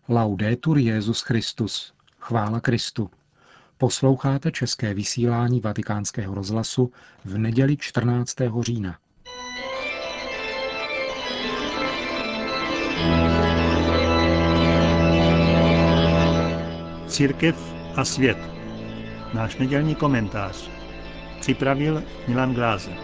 Laudetur Jesus Christus. Chvála Kristu. Posloucháte české vysílání Vatikánského rozhlasu v neděli 14. října. Církev a svět. Náš nedělní komentář. Připravil Milan Glázer.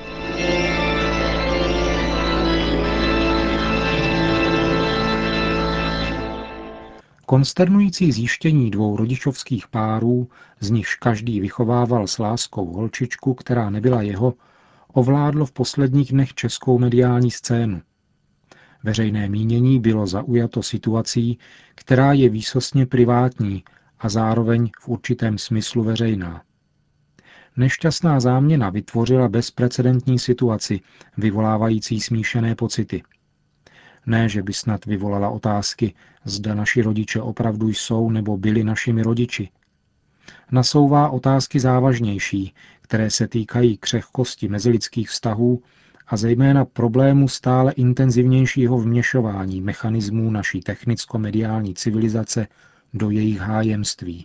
Konsternující zjištění dvou rodičovských párů, z nichž každý vychovával s láskou holčičku, která nebyla jeho, ovládlo v posledních dnech českou mediální scénu. Veřejné mínění bylo zaujato situací, která je výsostně privátní a zároveň v určitém smyslu veřejná. Nešťastná záměna vytvořila bezprecedentní situaci, vyvolávající smíšené pocity. Ne, že by snad vyvolala otázky, zda naši rodiče opravdu jsou nebo byli našimi rodiči. Nasouvá otázky závažnější, které se týkají křehkosti mezilidských vztahů a zejména problému stále intenzivnějšího vměšování mechanismů naší technicko-mediální civilizace do jejich hájemství.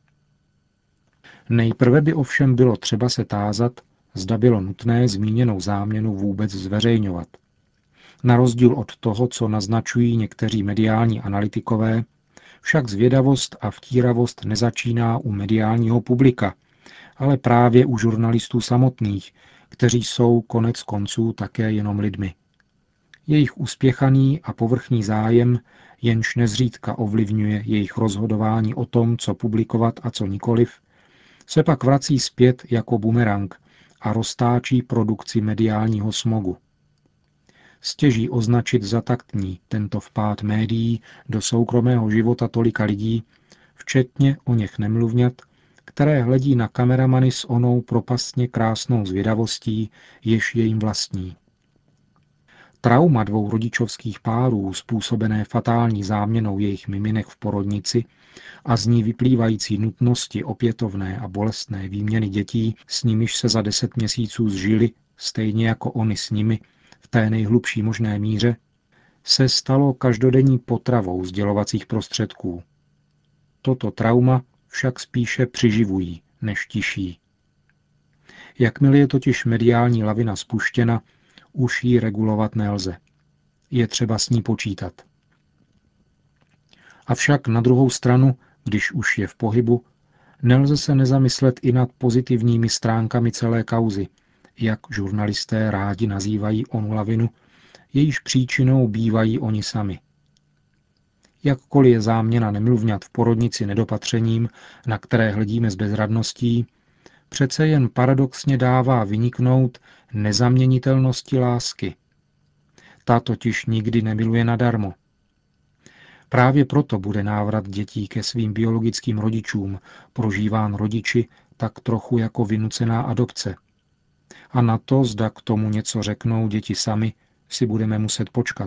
Nejprve by ovšem bylo třeba se tázat, zda bylo nutné zmíněnou záměnu vůbec zveřejňovat. Na rozdíl od toho, co naznačují někteří mediální analytikové, však zvědavost a vtíravost nezačíná u mediálního publika, ale právě u žurnalistů samotných, kteří jsou konec konců také jenom lidmi. Jejich uspěchaný a povrchní zájem, jenž nezřídka ovlivňuje jejich rozhodování o tom, co publikovat a co nikoliv, se pak vrací zpět jako bumerang a roztáčí produkci mediálního smogu. Stěží označit za taktní tento vpád médií do soukromého života tolika lidí, včetně oněch nemluvňat, které hledí na kameramany s onou propastně krásnou zvědavostí, jež je jim vlastní. Trauma dvou rodičovských párů, způsobené fatální záměnou jejich miminek v porodnici a z ní vyplývající nutnosti opětovné a bolestné výměny dětí, s nimiž se za 10 měsíců zžili, stejně jako oni s nimi, v té nejhlubší možné míře, se stalo každodenní potravou sdělovacích prostředků. Toto trauma však spíše přiživují, než tiší. Jakmile je totiž mediální lavina spuštěna, už ji regulovat nelze. Je třeba s ní počítat. Avšak na druhou stranu, když už je v pohybu, nelze se nezamyslet i nad pozitivními stránkami celé kauzy, jak žurnalisté rádi nazývají onu lavinu, jejíž příčinou bývají oni sami. Jakkoliv je záměna nemluvňat v porodnici nedopatřením, na které hledíme s bezradností, přece jen paradoxně dává vyniknout nezaměnitelnosti lásky. Ta totiž nikdy nemiluje nadarmo. Právě proto bude návrat dětí ke svým biologickým rodičům prožíván rodiči tak trochu jako vynucená adopce. A na to, zda k tomu něco řeknou děti sami, si budeme muset počkat.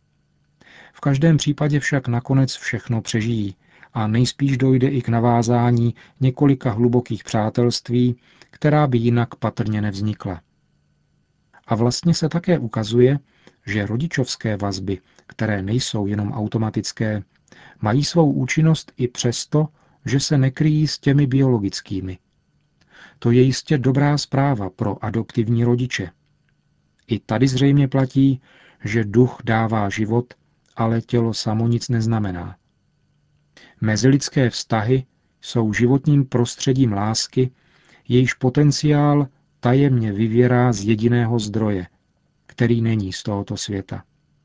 V každém případě však nakonec všechno přežijí a nejspíš dojde i k navázání několika hlubokých přátelství, která by jinak patrně nevznikla. A vlastně se také ukazuje, že rodičovské vazby, které nejsou jenom automatické, mají svou účinnost i přesto, že se nekryjí s těmi biologickými. To je jistě dobrá zpráva pro adoptivní rodiče. I tady zřejmě platí, že duch dává život, ale tělo samo nic neznamená. Mezilidské vztahy jsou životním prostředím lásky, jejíž potenciál tajemně vyvěrá z jediného zdroje, který není z tohoto světa.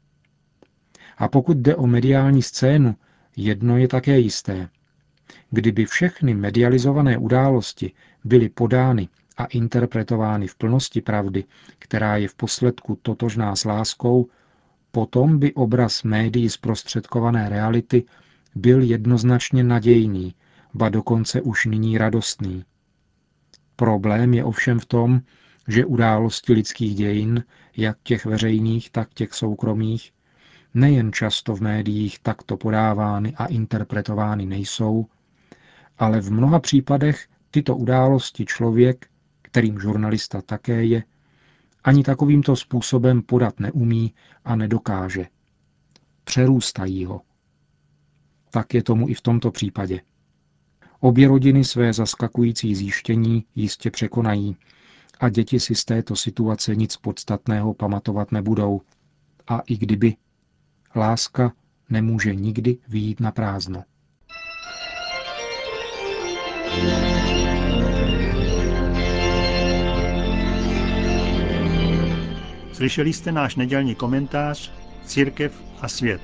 A pokud jde o mediální scénu, jedno je také jisté. Kdyby všechny medializované události byly podány a interpretovány v plnosti pravdy, která je v posledku totožná s láskou, potom by obraz médií zprostředkované reality byl jednoznačně nadějný, ba dokonce už nyní radostný. Problém je ovšem v tom, že události lidských dějin, jak těch veřejných, tak těch soukromých, nejen často v médiích takto podávány a interpretovány nejsou, ale v mnoha případech tyto události člověk, kterým žurnalista také je, ani takovýmto způsobem podat neumí a nedokáže. Přerůstají ho. Tak je tomu i v tomto případě. Obě rodiny své zaskakující zjištění jistě překonají a děti si z této situace nic podstatného pamatovat nebudou. A i kdyby, láska nemůže nikdy vyjít na prázdno. Slyšeli jste náš nedělní komentář Církev a svět.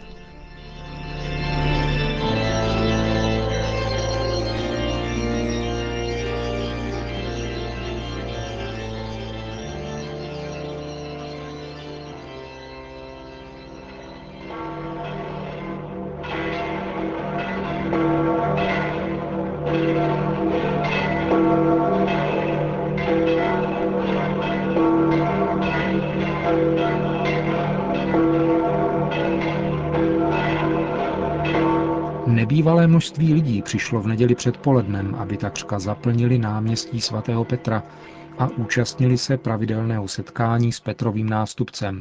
Nebývalé množství lidí přišlo v neděli předpolednem, aby takřka zaplnili náměstí svatého Petra a účastnili se pravidelného setkání s Petrovým nástupcem.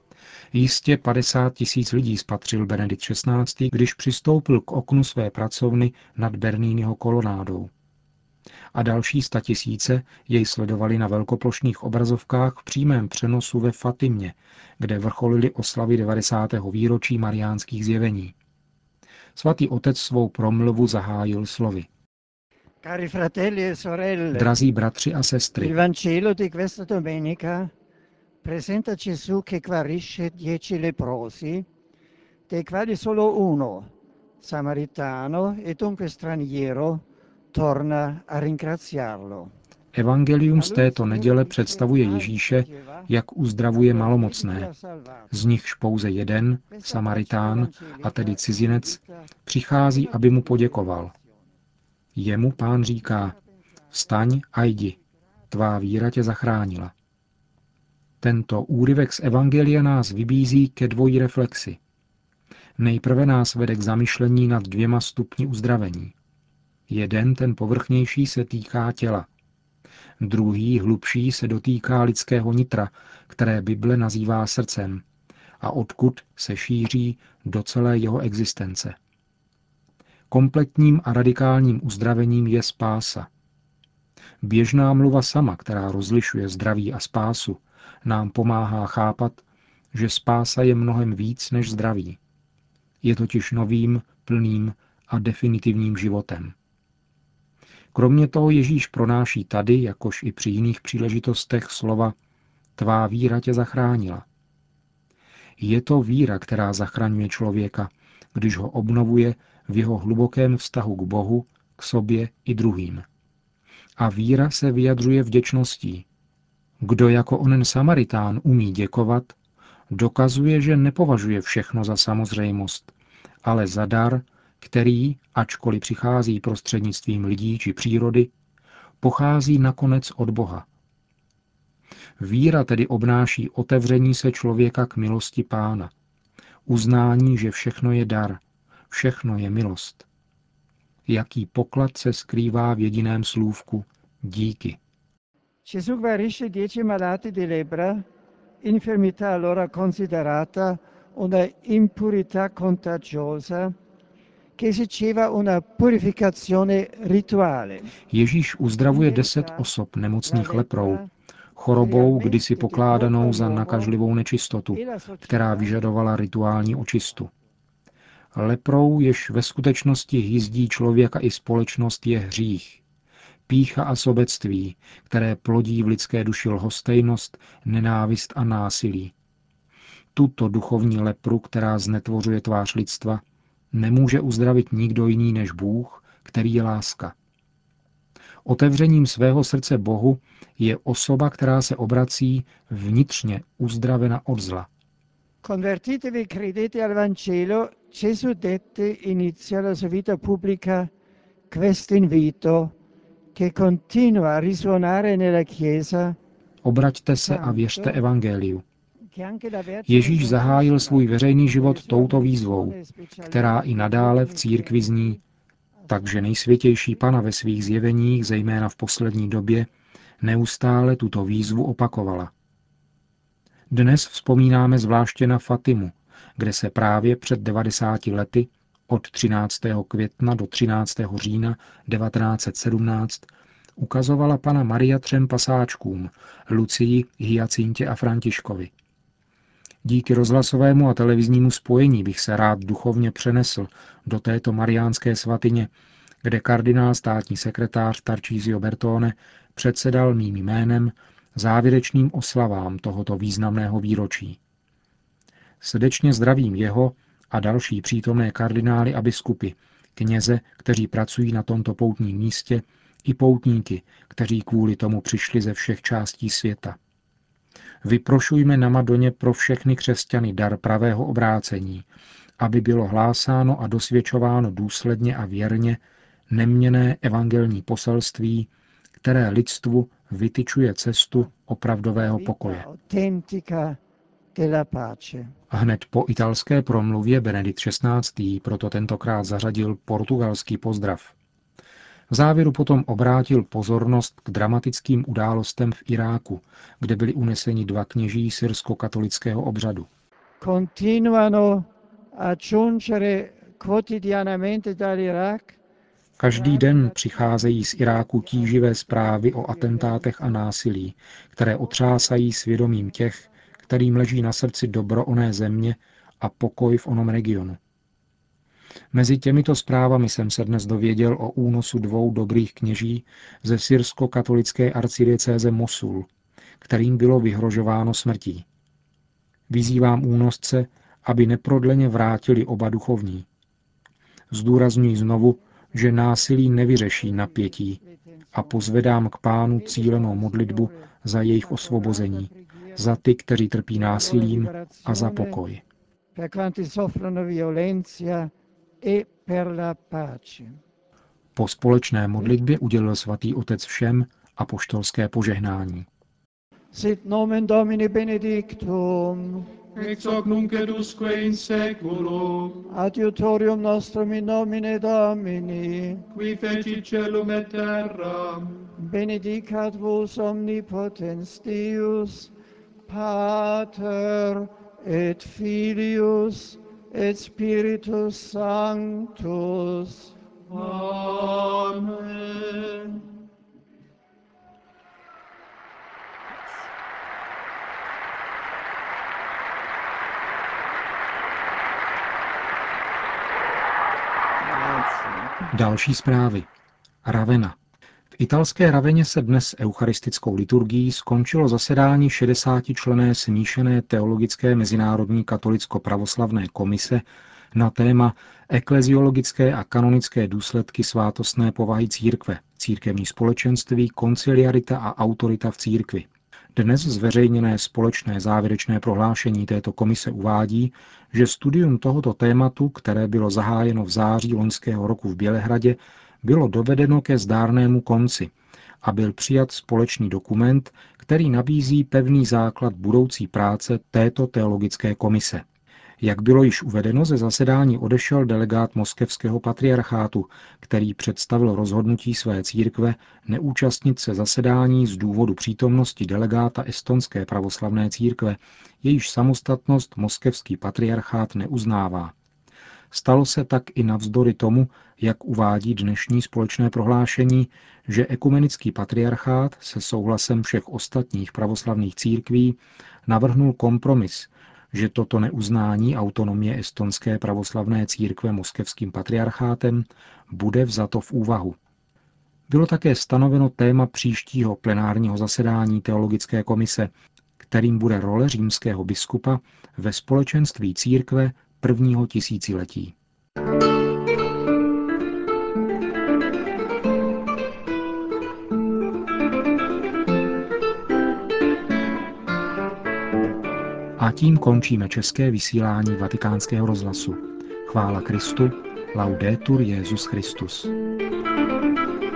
Jistě 50 000 lidí spatřil Benedikt XVI., když přistoupil k oknu své pracovny nad Berniniho kolonádou. A další 100 000 jej sledovali na velkoplošných obrazovkách v přímém přenosu ve Fatimě, kde vrcholily oslavy 90. výročí mariánských zjevení. Svatý otec svou promluvu zahájil slovy. Cari fratelli e sorelle, Drazí bratři a sestry, il Vangelo di questa domenica presenta Gesù che guarisce 10 leprosi, dei quali solo uno, samaritano e dunque straniero, torna a ringraziarlo. evangelium z této neděle představuje Ježíše, jak uzdravuje malomocné. Z nichž pouze jeden, Samaritán, a tedy cizinec, přichází, aby mu poděkoval. Jemu Pán říká, vstaň a jdi, tvá víra tě zachránila. Tento úryvek z evangelia nás vybízí ke dvojí reflexi. Nejprve nás vede k zamyšlení nad 2 stupni uzdravení. Jeden, ten povrchnější, se týká těla. Druhý, hlubší, se dotýká lidského nitra, které Bible nazývá srdcem, a odkud se šíří do celé jeho existence. Kompletním a radikálním uzdravením je spása. Běžná mluva sama, která rozlišuje zdraví a spásu, nám pomáhá chápat, že spása je mnohem víc než zdraví. Je totiž novým, plným a definitivním životem. Kromě toho Ježíš pronáší tady, jakož i při jiných příležitostech, slova tvá víra tě zachránila. Je to víra, která zachraňuje člověka, když ho obnovuje v jeho hlubokém vztahu k Bohu, k sobě i druhým. A víra se vyjadřuje vděčností. Kdo jako onen Samaritán umí děkovat, dokazuje, že nepovažuje všechno za samozřejmost, ale za dar, který, ačkoliv přichází prostřednictvím lidí či přírody, pochází nakonec od Boha. Víra tedy obnáší otevření se člověka k milosti Pána, uznání, že všechno je dar, všechno je milost. Jaký poklad se skrývá v jediném slůvku díky. Gesù guarisce 10 malati di lebbra, infermità allora considerata una impurità contagiosa che esigeva una purificazione rituale. Ježíš uzdravuje 10 osob nemocných leprou, chorobou kdysi pokládanou za nakažlivou nečistotu, která vyžadovala rituální očistu. Leprou, jež ve skutečnosti hyzdí člověka i společnost, je hřích. Pýcha a sobectví, které plodí v lidské duši lhostejnost, nenávist a násilí. Tuto duchovní lepru, která znetvořuje tvář lidstva, nemůže uzdravit nikdo jiný než Bůh, který je láska. Otevřením svého srdce Bohu je osoba, která se obrací vnitřně uzdravena od zla. Convertitevi, credete al Vangelo, Gesù dette inizia la sua vita pubblica questo invito che continua a risuonare nella Chiesa. Obraťte se a věřte evangeliu. Ježíš zahájil svůj veřejný život touto výzvou, která i nadále v církvi zní, takže nejsvětější Pana ve svých zjeveních, zejména v poslední době, neustále tuto výzvu opakovala. Dnes vzpomínáme zvláště na Fatimu, kde se právě před 90 lety Od 13. května do 13. října 1917 ukazovala Panna Maria 3 pasáčkům, Lucii, Hyacintě a Františkovi. Díky rozhlasovému a televiznímu spojení bych se rád duchovně přenesl do této mariánské svatyně, kde kardinál státní sekretář Tarcísio Bertone předsedal mým jménem závěrečným oslavám tohoto významného výročí. Srdečně zdravím jeho a další přítomné kardinály a biskupy, kněze, kteří pracují na tomto poutním místě, i poutníky, kteří kvůli tomu přišli ze všech částí světa. Vyprošujme na Madoně pro všechny křesťany dar pravého obrácení, aby bylo hlásáno a dosvědčováno důsledně a věrně neměnné evangelní poselství, které lidstvu vytyčuje cestu opravdového pokoje. Hned po italské promluvě Benedikt XVI. Proto tentokrát zařadil portugalský pozdrav. V závěru potom obrátil pozornost k dramatickým událostem v Iráku, kde byli uneseni 2 kněží syrsko-katolického obřadu. Každý den přicházejí z Iráku tíživé zprávy o atentátech a násilí, které otřásají svědomím těch, kterým leží na srdci dobro oné země a pokoj v onom regionu. Mezi těmito zprávami jsem se dnes dověděl o únosu 2 dobrých kněží ze syrsko-katolické arcidiecéze Mosul, kterým bylo vyhrožováno smrtí. Vyzývám únosce, aby neprodleně vrátili oba duchovní. Zdůrazňuji znovu, že násilí nevyřeší napětí a pozvedám k Pánu cílenou modlitbu za jejich osvobození, za ty, kteří trpí násilím, a za pokoj. Po společné modlitbě udělil svatý otec všem apoštolské požehnání. Sit nomen Domini benedictum, ex hoc nunc et usque in seculum, adiutorium nostrum in nomine Domini, qui fecit caelum et terram, benedicat vos omnipotens Deus, Pater et Filius et Spiritus Sanctus. Amen. Další zprávy. Ravenna. V italské Raveně se dnes eucharistickou liturgií skončilo zasedání 60členné smíšené teologické mezinárodní katolicko-pravoslavné komise na téma ekleziologické a kanonické důsledky svátostné povahy církve, církevní společenství, konciliarita a autorita v církvi. Dnes zveřejněné společné závěrečné prohlášení této komise uvádí, že studium tohoto tématu, které bylo zahájeno v září loňského roku v Bělehradě, bylo dovedeno ke zdárnému konci a byl přijat společný dokument, který nabízí pevný základ budoucí práce této teologické komise. Jak bylo již uvedeno, ze zasedání odešel delegát moskevského patriarchátu, který představil rozhodnutí své církve neúčastnit se zasedání z důvodu přítomnosti delegáta estonské pravoslavné církve, jejíž samostatnost moskevský patriarchát neuznává. Stalo se tak i navzdory tomu, jak uvádí dnešní společné prohlášení, že ekumenický patriarchát se souhlasem všech ostatních pravoslavných církví navrhnul kompromis, že toto neuznání autonomie estonské pravoslavné církve moskevským patriarchátem bude vzato v úvahu. Bylo také stanoveno téma příštího plenárního zasedání teologické komise, kterým bude role římského biskupa ve společenství církve prvního tisíciletí. A tím končíme české vysílání Vatikánského rozhlasu. Chvála Kristu, laudetur Jesus Christus.